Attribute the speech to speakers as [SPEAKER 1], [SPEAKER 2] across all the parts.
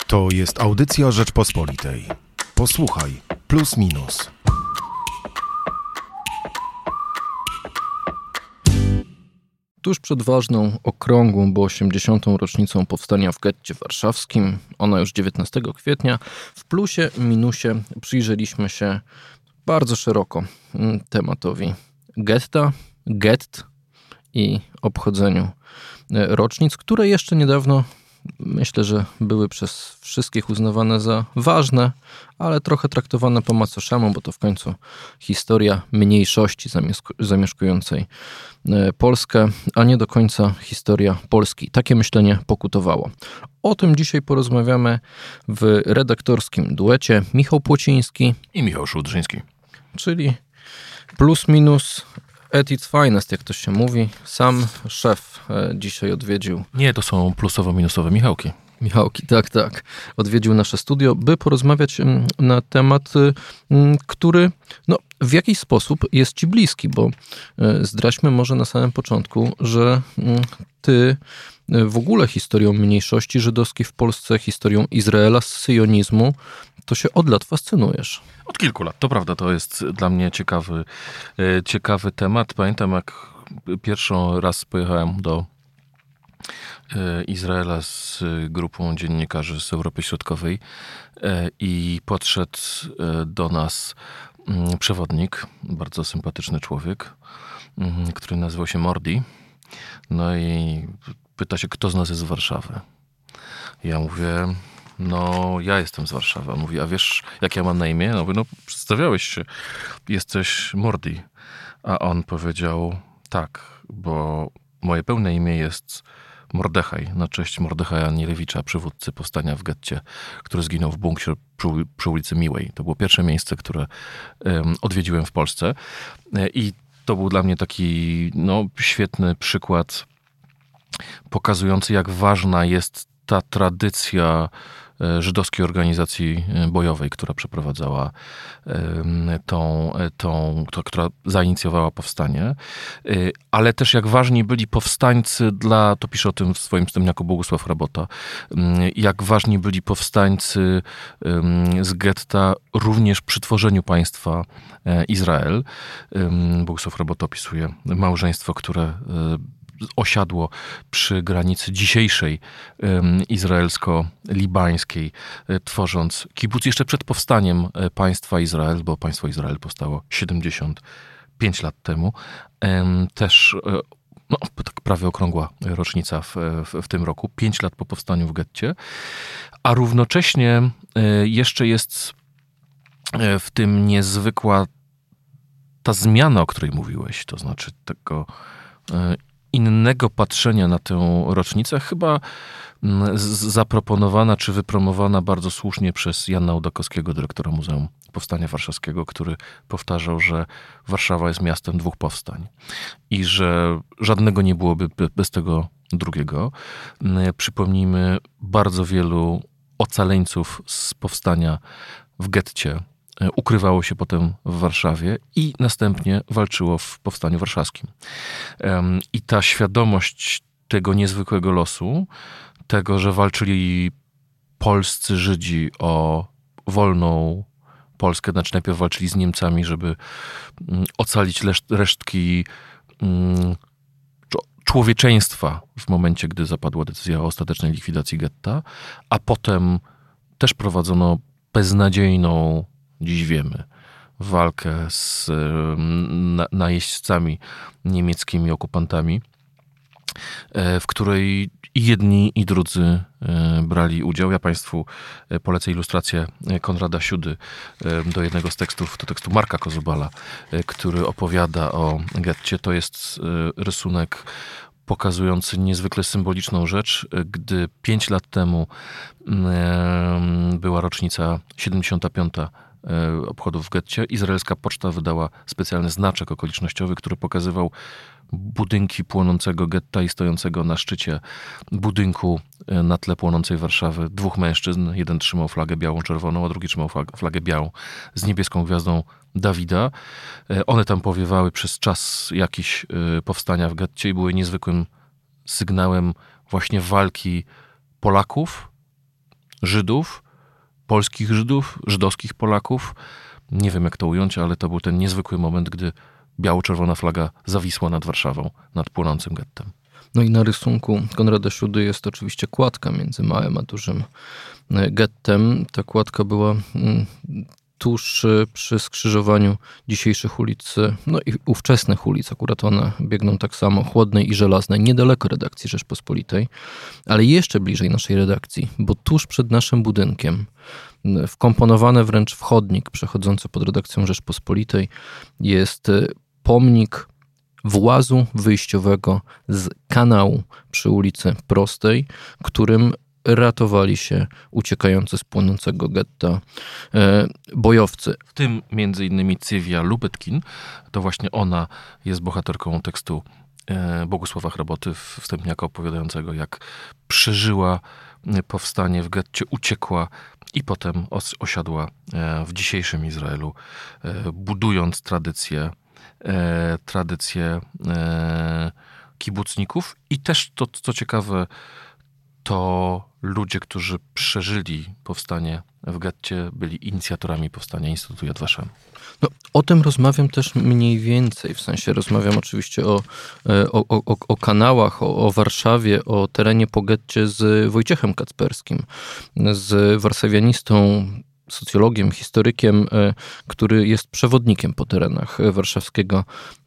[SPEAKER 1] To jest audycja Rzeczpospolitej. Posłuchaj, plus minus.
[SPEAKER 2] Tuż przed ważną, okrągłą, bo 80. rocznicą powstania w getcie warszawskim, ona już 19 kwietnia, w plusie, minusie przyjrzeliśmy się bardzo szeroko tematowi getta, gett i obchodzeniu rocznic, które jeszcze niedawno, myślę, że były przez wszystkich uznawane za ważne, ale trochę traktowane po macoszemu, bo to w końcu historia mniejszości zamieszkującej Polskę, a nie do końca historia Polski. Takie myślenie pokutowało. O tym dzisiaj porozmawiamy w redaktorskim duecie Michał Płociński
[SPEAKER 3] i Michał Szudrzyński.
[SPEAKER 2] Czyli plus minus at its finest, jak to się mówi. Sam szef dzisiaj odwiedził.
[SPEAKER 3] Nie, to są plusowo-minusowe Michałki.
[SPEAKER 2] Michałki, tak. Odwiedził nasze studio, by porozmawiać na temat, który w jakiś sposób jest ci bliski, bo zdraćmy może na samym początku, że ty w ogóle historią mniejszości żydowskiej w Polsce, historią Izraela, syjonizmu, to się od lat fascynujesz.
[SPEAKER 3] Od kilku lat, to prawda, to jest dla mnie ciekawy temat. Pamiętam, jak pierwszy raz pojechałem do Izraela z grupą dziennikarzy z Europy Środkowej i podszedł do nas przewodnik, bardzo sympatyczny człowiek, który nazywał się Mordi. No i pyta się, kto z nas jest z Warszawy. Ja mówię, ja jestem z Warszawy. On mówi, a wiesz, jak ja mam na imię? Ja mówię, przedstawiałeś się, jesteś Mordi. A on powiedział, tak, bo moje pełne imię jest Mordechaj, na cześć Mordechaja Nierewicza, przywódcy powstania w getcie, który zginął w bunkrze przy ulicy Miłej. To było pierwsze miejsce, które odwiedziłem w Polsce. I to był dla mnie taki świetny przykład pokazujący, jak ważna jest ta tradycja żydowskiej organizacji bojowej, która przeprowadzała która zainicjowała powstanie, ale też jak ważni byli powstańcy to pisze o tym w swoim wstępniaku Bogusław Rabota, jak ważni byli powstańcy z getta również przy tworzeniu państwa Izrael. Bogusław Rabota opisuje małżeństwo, które osiadło przy granicy dzisiejszej izraelsko-libańskiej, tworząc kibuc jeszcze przed powstaniem państwa Izrael, bo państwo Izrael powstało 75 lat temu. Też tak prawie okrągła rocznica w tym roku, 5 lat po powstaniu w getcie, a równocześnie jeszcze jest w tym niezwykła ta zmiana, o której mówiłeś, to znaczy tego innego patrzenia na tę rocznicę, chyba zaproponowana czy wypromowana bardzo słusznie przez Jana Ołdakowskiego, dyrektora Muzeum Powstania Warszawskiego, który powtarzał, że Warszawa jest miastem dwóch powstań i że żadnego nie byłoby bez tego drugiego. Przypomnijmy bardzo wielu ocaleńców z powstania w getcie, ukrywało się potem w Warszawie i następnie walczyło w Powstaniu Warszawskim. I ta świadomość tego niezwykłego losu, tego, że walczyli polscy Żydzi o wolną Polskę, znaczy najpierw walczyli z Niemcami, żeby ocalić resztki człowieczeństwa w momencie, gdy zapadła decyzja o ostatecznej likwidacji getta, a potem też prowadzono beznadziejną, dziś wiemy, walkę z najeźdźcami niemieckimi, okupantami, w której i jedni, i drudzy brali udział. Ja Państwu polecę ilustrację Konrada Siudy do jednego z tekstów, do tekstu Marka Kozubala, który opowiada o getcie. To jest rysunek pokazujący niezwykle symboliczną rzecz, gdy 5 lat temu była rocznica 75. obchodów w getcie. Izraelska poczta wydała specjalny znaczek okolicznościowy, który pokazywał budynki płonącego getta i stojącego na szczycie budynku na tle płonącej Warszawy dwóch mężczyzn. Jeden trzymał flagę białą-czerwoną, a drugi trzymał flagę białą z niebieską gwiazdą Dawida. One tam powiewały przez czas jakiś powstania w getcie i były niezwykłym sygnałem właśnie walki Polaków Żydów, polskich Żydów, żydowskich Polaków. Nie wiem, jak to ująć, ale to był ten niezwykły moment, gdy biało-czerwona flaga zawisła nad Warszawą, nad płonącym gettem.
[SPEAKER 2] No i na rysunku Konrada Siudy jest oczywiście kładka między małym a dużym gettem. Ta kładka była tuż przy skrzyżowaniu dzisiejszych ulic, no i ówczesnych ulic, akurat one biegną tak samo, Chłodnej i Żelaznej, niedaleko redakcji Rzeczpospolitej, ale jeszcze bliżej naszej redakcji, bo tuż przed naszym budynkiem, wkomponowany wręcz w chodnik przechodzący pod redakcją Rzeczpospolitej, jest pomnik włazu wyjściowego z kanału przy ulicy Prostej, którym ratowali się uciekający z płonącego getta bojowcy.
[SPEAKER 3] W tym między innymi Cywia Lubetkin, to właśnie ona jest bohaterką tekstu Bogusława Chraboty, wstępniaka opowiadającego, jak przeżyła powstanie w getcie, uciekła i potem osiadła w dzisiejszym Izraelu, budując tradycję kibucników. I też to, co ciekawe, to ludzie, którzy przeżyli powstanie w getcie, byli inicjatorami powstania Instytutu Yad Vashem.
[SPEAKER 2] No, o tym rozmawiam też mniej więcej, w sensie rozmawiam oczywiście o kanałach, o Warszawie, o terenie po getcie z Wojciechem Kacperskim, z warszawianistą, socjologiem, historykiem, który jest przewodnikiem po terenach warszawskiego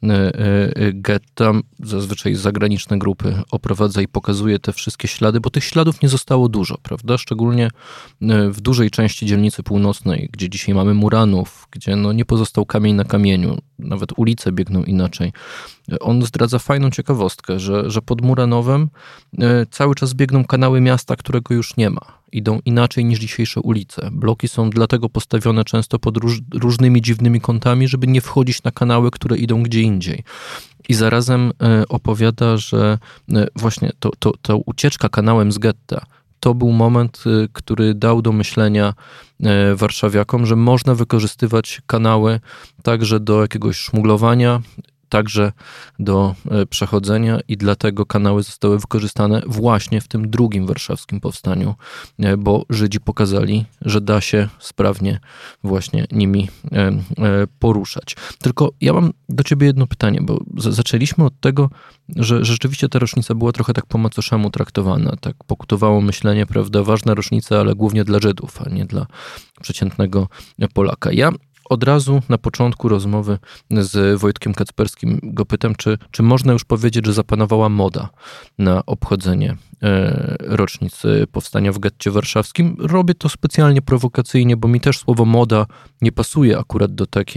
[SPEAKER 2] getta. Zazwyczaj zagraniczne grupy oprowadza i pokazuje te wszystkie ślady, bo tych śladów nie zostało dużo, prawda? Szczególnie w dużej części dzielnicy północnej, gdzie dzisiaj mamy Muranów, gdzie no nie pozostał kamień na kamieniu, nawet ulice biegną inaczej. On zdradza fajną ciekawostkę, że pod Muranowem cały czas biegną kanały miasta, którego już nie ma. Idą inaczej niż dzisiejsze ulice. Bloki są dlatego postawione często pod różnymi dziwnymi kątami, żeby nie wchodzić na kanały, które idą gdzie indziej. I zarazem opowiada, że właśnie ta ucieczka kanałem z getta to był moment, który dał do myślenia warszawiakom, że można wykorzystywać kanały także do jakiegoś szmuglowania, także do przechodzenia i dlatego kanały zostały wykorzystane właśnie w tym drugim warszawskim powstaniu, bo Żydzi pokazali, że da się sprawnie właśnie nimi poruszać. Tylko ja mam do ciebie jedno pytanie, bo zaczęliśmy od tego, że rzeczywiście ta rocznica była trochę tak po macoszemu traktowana, tak pokutowało myślenie, prawda, ważna rocznica, ale głównie dla Żydów, a nie dla przeciętnego Polaka. Ja od razu na początku rozmowy z Wojtkiem Kacperskim go pytam, czy można już powiedzieć, że zapanowała moda na obchodzenie rocznicy powstania w getcie warszawskim. Robię to specjalnie prowokacyjnie, bo mi też słowo moda nie pasuje akurat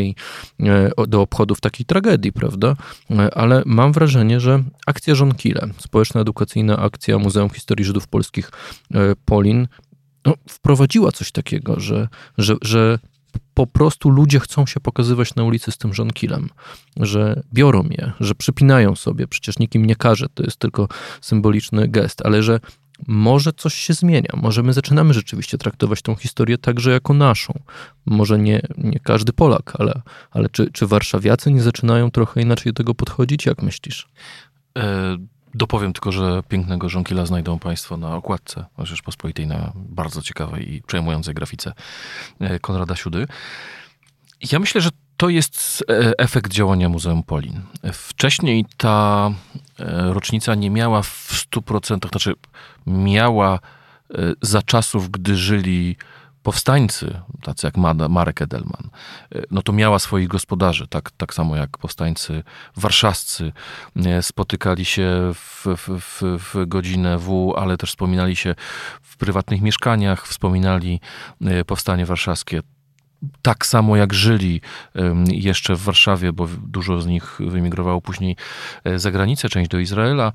[SPEAKER 2] do obchodów takiej tragedii, prawda? Ale mam wrażenie, że akcja Żonkile, społeczno-edukacyjna akcja Muzeum Historii Żydów Polskich Polin, wprowadziła coś takiego, że po prostu ludzie chcą się pokazywać na ulicy z tym żonkilem, że biorą je, że przypinają sobie, przecież nikt im nie każe, to jest tylko symboliczny gest, ale że może coś się zmienia, może my zaczynamy rzeczywiście traktować tą historię także jako naszą. Może nie każdy Polak, ale czy warszawiacy nie zaczynają trochę inaczej do tego podchodzić? Jak myślisz?
[SPEAKER 3] Dopowiem tylko, że pięknego żonkila znajdą Państwo na okładce Rzeczpospolitej, na bardzo ciekawej i przejmującej grafice Konrada Siudy. Ja myślę, że to jest efekt działania Muzeum Polin. Wcześniej ta rocznica nie miała w 100%, znaczy miała za czasów, gdy żyli powstańcy, tacy jak Marek Edelman, no to miała swoich gospodarzy, tak samo jak powstańcy warszawscy spotykali się w godzinę ale też wspominali się w prywatnych mieszkaniach, wspominali powstanie warszawskie. Tak samo jak żyli jeszcze w Warszawie, bo dużo z nich wyemigrowało później za granicę, część do Izraela,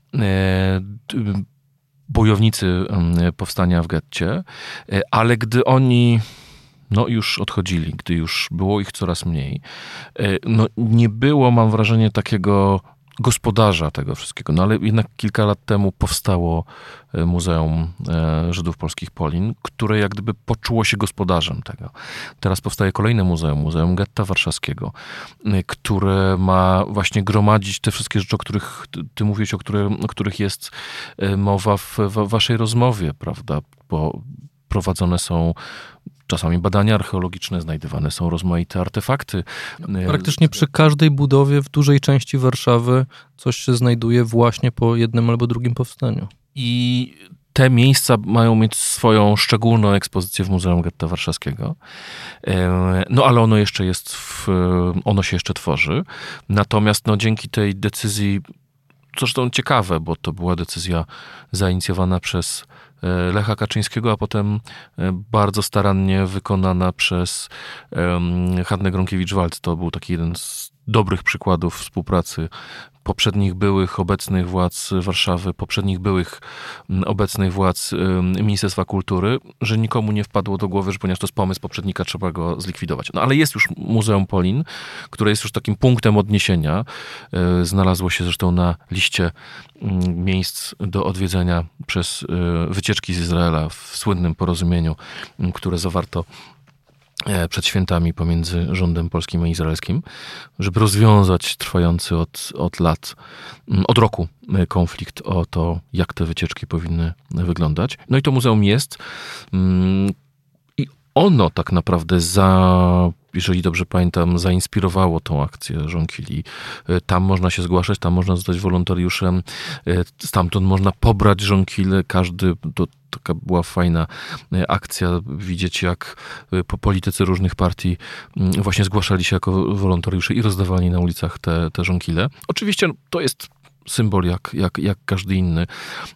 [SPEAKER 3] bojownicy powstania w getcie, ale gdy oni już odchodzili, gdy już było ich coraz mniej, nie było, mam wrażenie, takiego gospodarza tego wszystkiego. No ale jednak kilka lat temu powstało Muzeum Żydów Polskich Polin, które jak gdyby poczuło się gospodarzem tego. Teraz powstaje kolejne muzeum, Muzeum Getta Warszawskiego, które ma właśnie gromadzić te wszystkie rzeczy, o których ty mówisz, o których jest mowa w waszej rozmowie, prawda? Bo prowadzone są czasami badania archeologiczne, znajdywane są rozmaite artefakty.
[SPEAKER 2] Praktycznie przy każdej budowie w dużej części Warszawy coś się znajduje właśnie po jednym albo drugim powstaniu.
[SPEAKER 3] I te miejsca mają mieć swoją szczególną ekspozycję w Muzeum Getta Warszawskiego. No ale ono się jeszcze tworzy. Natomiast dzięki tej decyzji, zresztą ciekawe, bo to była decyzja zainicjowana przez Lecha Kaczyńskiego, a potem bardzo starannie wykonana przez Hannę Gronkiewicz-Waltz. To był taki jeden z dobrych przykładów współpracy poprzednich byłych, obecnych władz Warszawy, poprzednich byłych, obecnych władz Ministerstwa Kultury, że nikomu nie wpadło do głowy, że ponieważ to jest pomysł poprzednika, trzeba go zlikwidować. No ale jest już Muzeum Polin, które jest już takim punktem odniesienia. Znalazło się zresztą na liście miejsc do odwiedzenia przez wycieczki z Izraela w słynnym porozumieniu, które zawarto przed świętami pomiędzy rządem polskim a izraelskim, żeby rozwiązać trwający od roku konflikt o to, jak te wycieczki powinny wyglądać. No i to muzeum jest i ono tak naprawdę jeżeli dobrze pamiętam, zainspirowało tą akcję Żonkili. Tam można się zgłaszać, tam można zostać wolontariuszem, stamtąd można pobrać żonkile, taka była fajna akcja, widzieć jak politycy różnych partii właśnie zgłaszali się jako wolontariusze i rozdawali na ulicach te żonkile. Oczywiście to jest symbol jak każdy inny.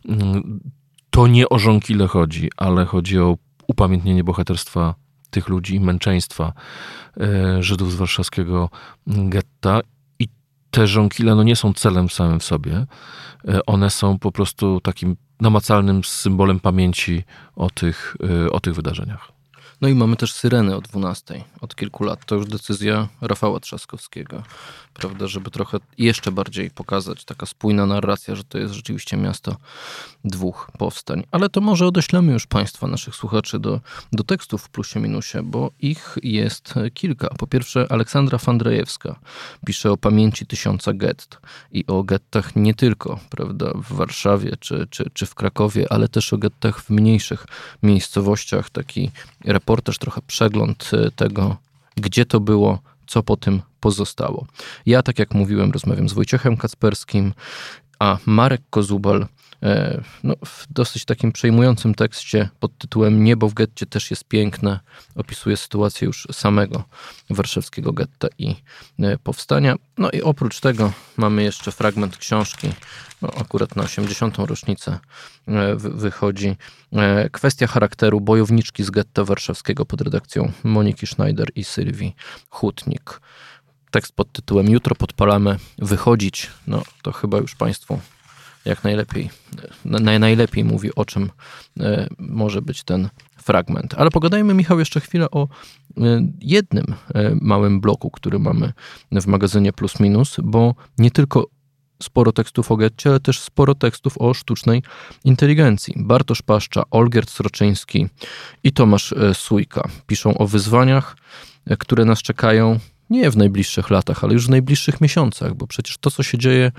[SPEAKER 3] To nie o żonkile chodzi, ale chodzi o upamiętnienie bohaterstwa tych ludzi i męczeństwa Żydów z warszawskiego getta. I te żonkile nie są celem samym w sobie. One są po prostu takim namacalnym symbolem pamięci o tych wydarzeniach.
[SPEAKER 2] No i mamy też Syreny o 12 od kilku lat. To już decyzja Rafała Trzaskowskiego, prawda, żeby trochę jeszcze bardziej pokazać, taka spójna narracja, że to jest rzeczywiście miasto dwóch powstań. Ale to może odeślemy już Państwa, naszych słuchaczy do tekstów w plusie minusie, bo ich jest kilka. Po pierwsze Aleksandra Fandrajewska pisze o pamięci 1000 gett i o gettach nie tylko, prawda, w Warszawie czy w Krakowie, ale też o gettach w mniejszych miejscowościach. Taki reportaż, trochę przegląd tego, gdzie to było, co po tym pozostało. Ja, tak jak mówiłem, rozmawiam z Wojciechem Kacperskim, a Marek Kozubal w dosyć takim przejmującym tekście pod tytułem Niebo w getcie też jest piękne opisuje sytuację już samego warszawskiego getta i powstania. No i oprócz tego mamy jeszcze fragment książki, akurat na 80. rocznicę wychodzi Kwestia charakteru bojowniczki z getta warszawskiego pod redakcją Moniki Schneider i Sylwii Hutnik. Tekst pod tytułem Jutro podpalamy wychodzić. No to chyba już Państwu jak najlepiej mówi, o czym może być ten fragment. Ale pogadajmy, Michał, jeszcze chwilę o jednym małym bloku, który mamy w magazynie Plus Minus, bo nie tylko sporo tekstów o getcie, ale też sporo tekstów o sztucznej inteligencji. Bartosz Paszcza, Olgierd Sroczyński i Tomasz Sójka piszą o wyzwaniach, które nas czekają nie w najbliższych latach, ale już w najbliższych miesiącach, bo przecież to, co się dzieje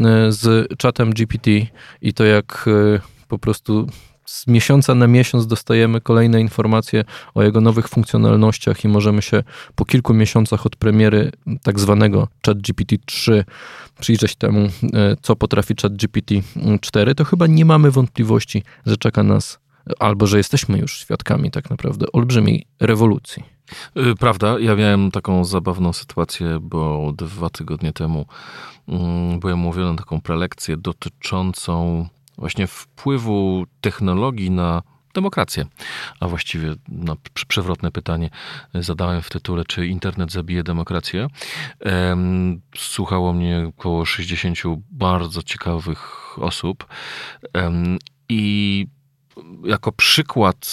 [SPEAKER 2] z czatem GPT i to, jak po prostu z miesiąca na miesiąc dostajemy kolejne informacje o jego nowych funkcjonalnościach i możemy się po kilku miesiącach od premiery tak zwanego ChatGPT 3 przyjrzeć temu, co potrafi ChatGPT 4, to chyba nie mamy wątpliwości, że czeka nas, albo że jesteśmy już świadkami tak naprawdę olbrzymiej rewolucji.
[SPEAKER 3] Prawda, ja miałem taką zabawną sytuację, bo 2 tygodnie temu byłem mówiony na taką prelekcję dotyczącą właśnie wpływu technologii na demokrację, a właściwie przewrotne pytanie zadałem w tytule, czy internet zabije demokrację. Słuchało mnie około 60 bardzo ciekawych osób i jako przykład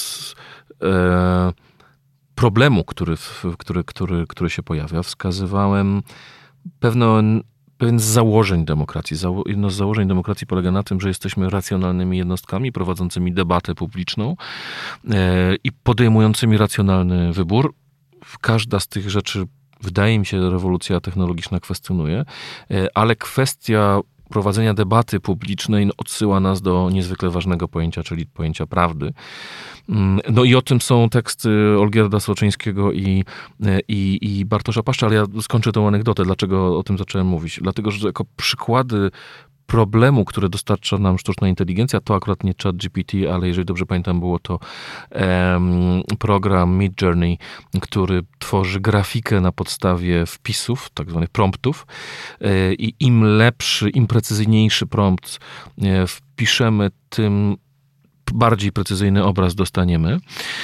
[SPEAKER 3] problemu, który się pojawia, wskazywałem pewien z założeń demokracji. Jedno z założeń demokracji polega na tym, że jesteśmy racjonalnymi jednostkami prowadzącymi debatę publiczną i podejmującymi racjonalny wybór. Każda z tych rzeczy, wydaje mi się, rewolucja technologiczna kwestionuje, ale kwestia prowadzenia debaty publicznej odsyła nas do niezwykle ważnego pojęcia, czyli pojęcia prawdy. No i o tym są teksty Olgierda Sroczyńskiego i Bartosza Paszcza, ale ja skończę tą anegdotę. Dlaczego o tym zacząłem mówić? Dlatego, że jako przykłady problemu, które dostarcza nam sztuczna inteligencja, to akurat nie ChatGPT, ale jeżeli dobrze pamiętam, było to program Midjourney, który tworzy grafikę na podstawie wpisów, tak zwanych promptów, i im lepszy, im precyzyjniejszy prompt wpiszemy, tym bardziej precyzyjny obraz dostaniemy.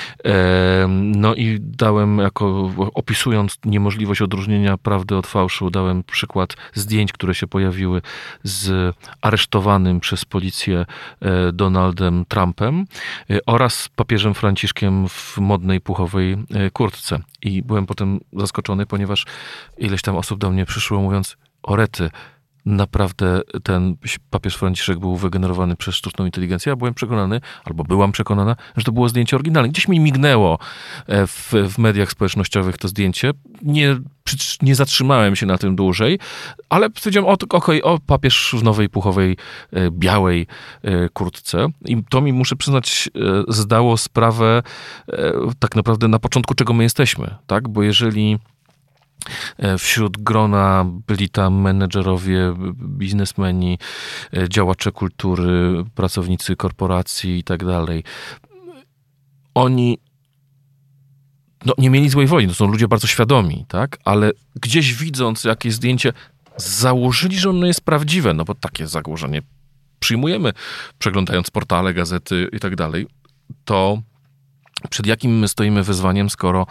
[SPEAKER 3] No i dałem opisując niemożliwość odróżnienia prawdy od fałszu, dałem przykład zdjęć, które się pojawiły z aresztowanym przez policję Donaldem Trumpem oraz papieżem Franciszkiem w modnej puchowej kurtce. I byłem potem zaskoczony, ponieważ ileś tam osób do mnie przyszło mówiąc: o rety, naprawdę ten papież Franciszek był wygenerowany przez sztuczną inteligencję. Ja byłem przekonany, albo byłam przekonana, że to było zdjęcie oryginalne. Gdzieś mi mignęło w mediach społecznościowych to zdjęcie. Nie zatrzymałem się na tym dłużej, ale stwierdziłem, papież w nowej puchowej, białej kurtce. I to mi, muszę przyznać, zdało sprawę tak naprawdę na początku, czego my jesteśmy. Tak? Bo jeżeli wśród grona byli tam menedżerowie, biznesmeni, działacze kultury, pracownicy korporacji i tak dalej. Oni nie mieli złej woli, to są ludzie bardzo świadomi, tak? Ale gdzieś widząc jakieś zdjęcie, założyli, że ono jest prawdziwe, bo takie założenie przyjmujemy, przeglądając portale, gazety i tak dalej, to przed jakim my stoimy wyzwaniem, skoro,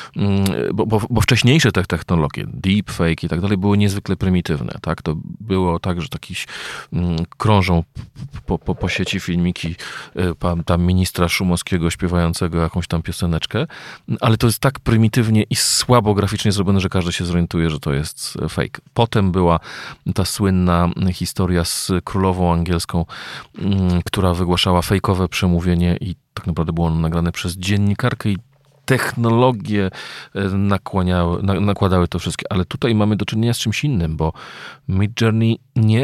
[SPEAKER 3] bo wcześniejsze te technologie, deepfake i tak dalej, były niezwykle prymitywne, tak? To było tak, że takiś krążą po sieci filmiki tam ministra Szumowskiego śpiewającego jakąś tam pioseneczkę, ale to jest tak prymitywnie i słabo graficznie zrobione, że każdy się zorientuje, że to jest fake. Potem była ta słynna historia z królową angielską, która wygłaszała fejkowe przemówienie i tak naprawdę było ono nagrane przez dziennikarkę i technologie nakładały to wszystkie. Ale tutaj mamy do czynienia z czymś innym, bo Midjourney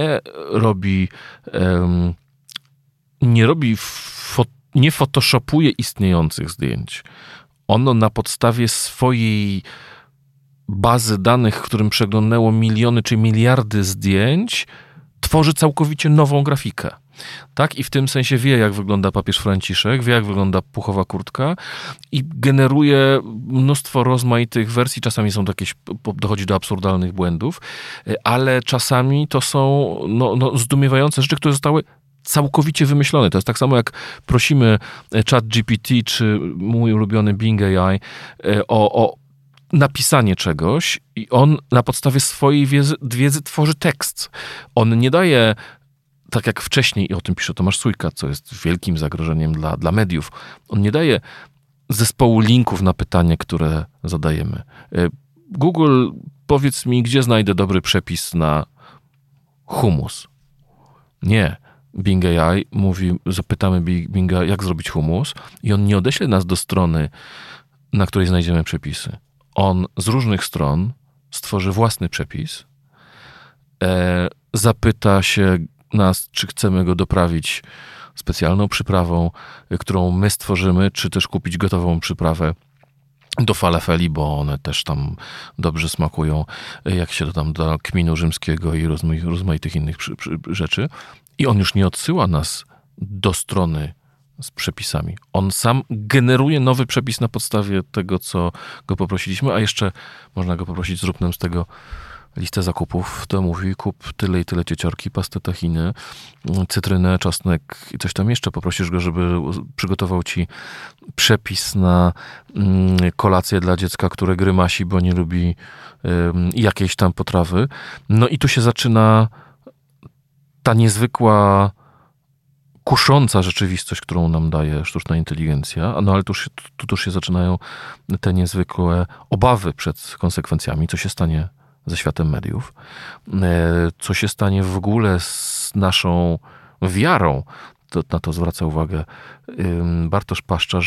[SPEAKER 3] nie photoshopuje istniejących zdjęć. Ono na podstawie swojej bazy danych, w którym przeglądnęło miliony czy miliardy zdjęć, tworzy całkowicie nową grafikę. Tak? I w tym sensie wie, jak wygląda papież Franciszek, wie, jak wygląda puchowa kurtka i generuje mnóstwo rozmaitych wersji. Czasami są jakieś, dochodzi do absurdalnych błędów, ale czasami to są zdumiewające rzeczy, które zostały całkowicie wymyślone. To jest tak samo, jak prosimy ChatGPT czy mój ulubiony Bing AI o napisanie czegoś i on na podstawie swojej wiedzy tworzy tekst. On nie daje, tak jak wcześniej, i o tym pisze Tomasz Sójka, co jest wielkim zagrożeniem dla mediów, on nie daje zespołu linków na pytanie, które zadajemy. Google, powiedz mi, gdzie znajdę dobry przepis na hummus? Nie. Bing AI mówi, zapytamy Binga, jak zrobić hummus, i on nie odeśle nas do strony, na której znajdziemy przepisy. On z różnych stron stworzy własny przepis, zapyta się nas, czy chcemy go doprawić specjalną przyprawą, którą my stworzymy, czy też kupić gotową przyprawę do falafeli, bo one też tam dobrze smakują, jak się tam do kminu rzymskiego i rozmaitych innych rzeczy. I on już nie odsyła nas do strony z przepisami. On sam generuje nowy przepis na podstawie tego, co go poprosiliśmy, a jeszcze można go poprosić, zrób nam z tego listę zakupów. To mówi, kup tyle i tyle cieciorki, pastę tahiny, cytrynę, czosnek i coś tam jeszcze. Poprosisz go, żeby przygotował ci przepis na kolację dla dziecka, które grymasi, bo nie lubi jakiejś tam potrawy. No i tu się zaczyna ta niezwykła, kusząca rzeczywistość, którą nam daje sztuczna inteligencja, ale tu już się zaczynają te niezwykłe obawy przed konsekwencjami, co się stanie ze światem mediów, co się stanie w ogóle z naszą wiarą. Na to zwraca uwagę Bartosz Paszcza, że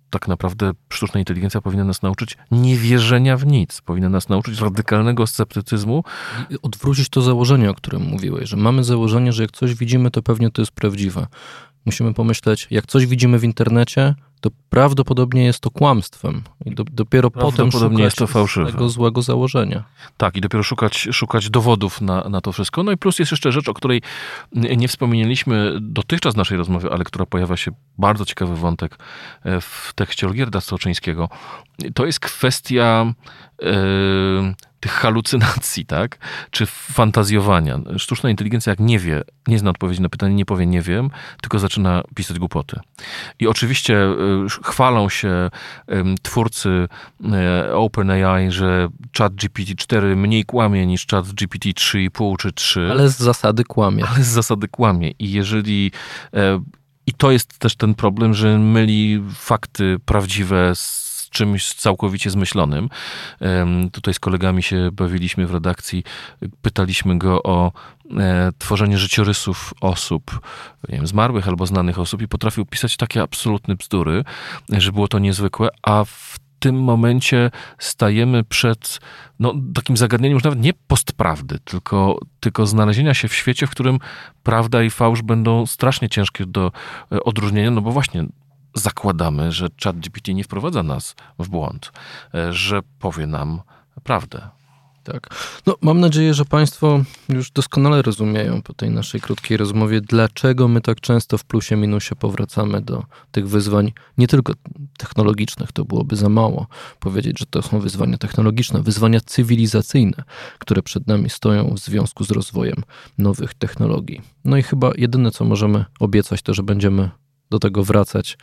[SPEAKER 3] tak naprawdę sztuczna inteligencja powinna nas nauczyć niewierzenia w nic. Powinna nas nauczyć radykalnego sceptycyzmu.
[SPEAKER 2] I odwrócić to założenie, o którym mówiłeś, że mamy założenie, że jak coś widzimy, to pewnie to jest prawdziwe. Musimy pomyśleć, jak coś widzimy w internecie, to prawdopodobnie jest to kłamstwem. I dopiero potem szukać
[SPEAKER 3] jest to fałszywe.
[SPEAKER 2] tego złego założenia.
[SPEAKER 3] Tak, i dopiero szukać dowodów na to wszystko. No i plus jest jeszcze rzecz, o której nie wspomnieliśmy dotychczas w naszej rozmowie, ale która pojawia się, bardzo ciekawy wątek w tekście Olgierda Sroczyńskiego. To jest kwestia tych halucynacji, tak? Czy fantazjowania. Sztuczna inteligencja jak nie zna odpowiedzi na pytanie, nie powie nie wiem, tylko zaczyna pisać głupoty. I oczywiście chwalą się twórcy OpenAI, że ChatGPT-4 mniej kłamie niż ChatGPT 3,5 czy 3.
[SPEAKER 2] Ale z zasady kłamie.
[SPEAKER 3] I jeżeli... I to jest też ten problem, że myli fakty prawdziwe z czymś całkowicie zmyślonym. Tutaj z kolegami się bawiliśmy w redakcji, pytaliśmy go o tworzenie życiorysów osób, nie wiem, zmarłych albo znanych osób i potrafił pisać takie absolutne bzdury, że było to niezwykłe, a w tym momencie stajemy przed takim zagadnieniem już nawet nie postprawdy, tylko znalezienia się w świecie, w którym prawda i fałsz będą strasznie ciężkie do odróżnienia, no bo właśnie zakładamy, że ChatGPT nie wprowadza nas w błąd, że powie nam prawdę.
[SPEAKER 2] Tak. Mam nadzieję, że Państwo już doskonale rozumieją po tej naszej krótkiej rozmowie, dlaczego my tak często w plusie, minusie powracamy do tych wyzwań, nie tylko technologicznych, to byłoby za mało powiedzieć, że to są wyzwania technologiczne, wyzwania cywilizacyjne, które przed nami stoją w związku z rozwojem nowych technologii. No i chyba jedyne, co możemy obiecać, to, że będziemy do tego wracać,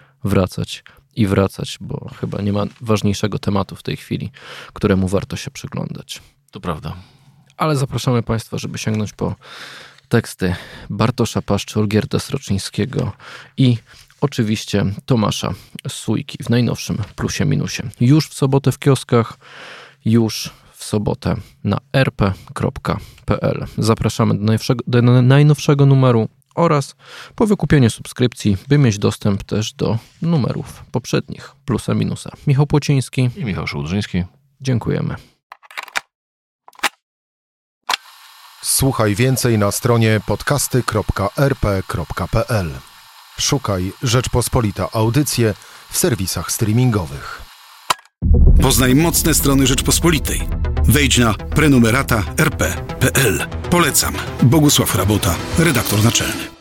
[SPEAKER 2] bo chyba nie ma ważniejszego tematu w tej chwili, któremu warto się przyglądać.
[SPEAKER 3] To prawda.
[SPEAKER 2] Ale zapraszamy Państwa, żeby sięgnąć po teksty Bartosza Paszczy, Olgierda Sroczyńskiego i oczywiście Tomasza Sójki w najnowszym Plusie Minusie. Już w sobotę w kioskach, już w sobotę na rp.pl. Zapraszamy do najnowszego numeru oraz po wykupieniu subskrypcji, by mieć dostęp też do numerów poprzednich Plusa Minusa. Michał Płociński
[SPEAKER 3] i Michał Szułdrzyński.
[SPEAKER 2] Dziękujemy.
[SPEAKER 1] Słuchaj więcej na stronie podcasty.rp.pl. Szukaj Rzeczpospolita Audycje w serwisach streamingowych.
[SPEAKER 4] Poznaj mocne strony Rzeczpospolitej. Wejdź na prenumerata.rp.pl. Polecam. Bogusław Rabota, redaktor naczelny.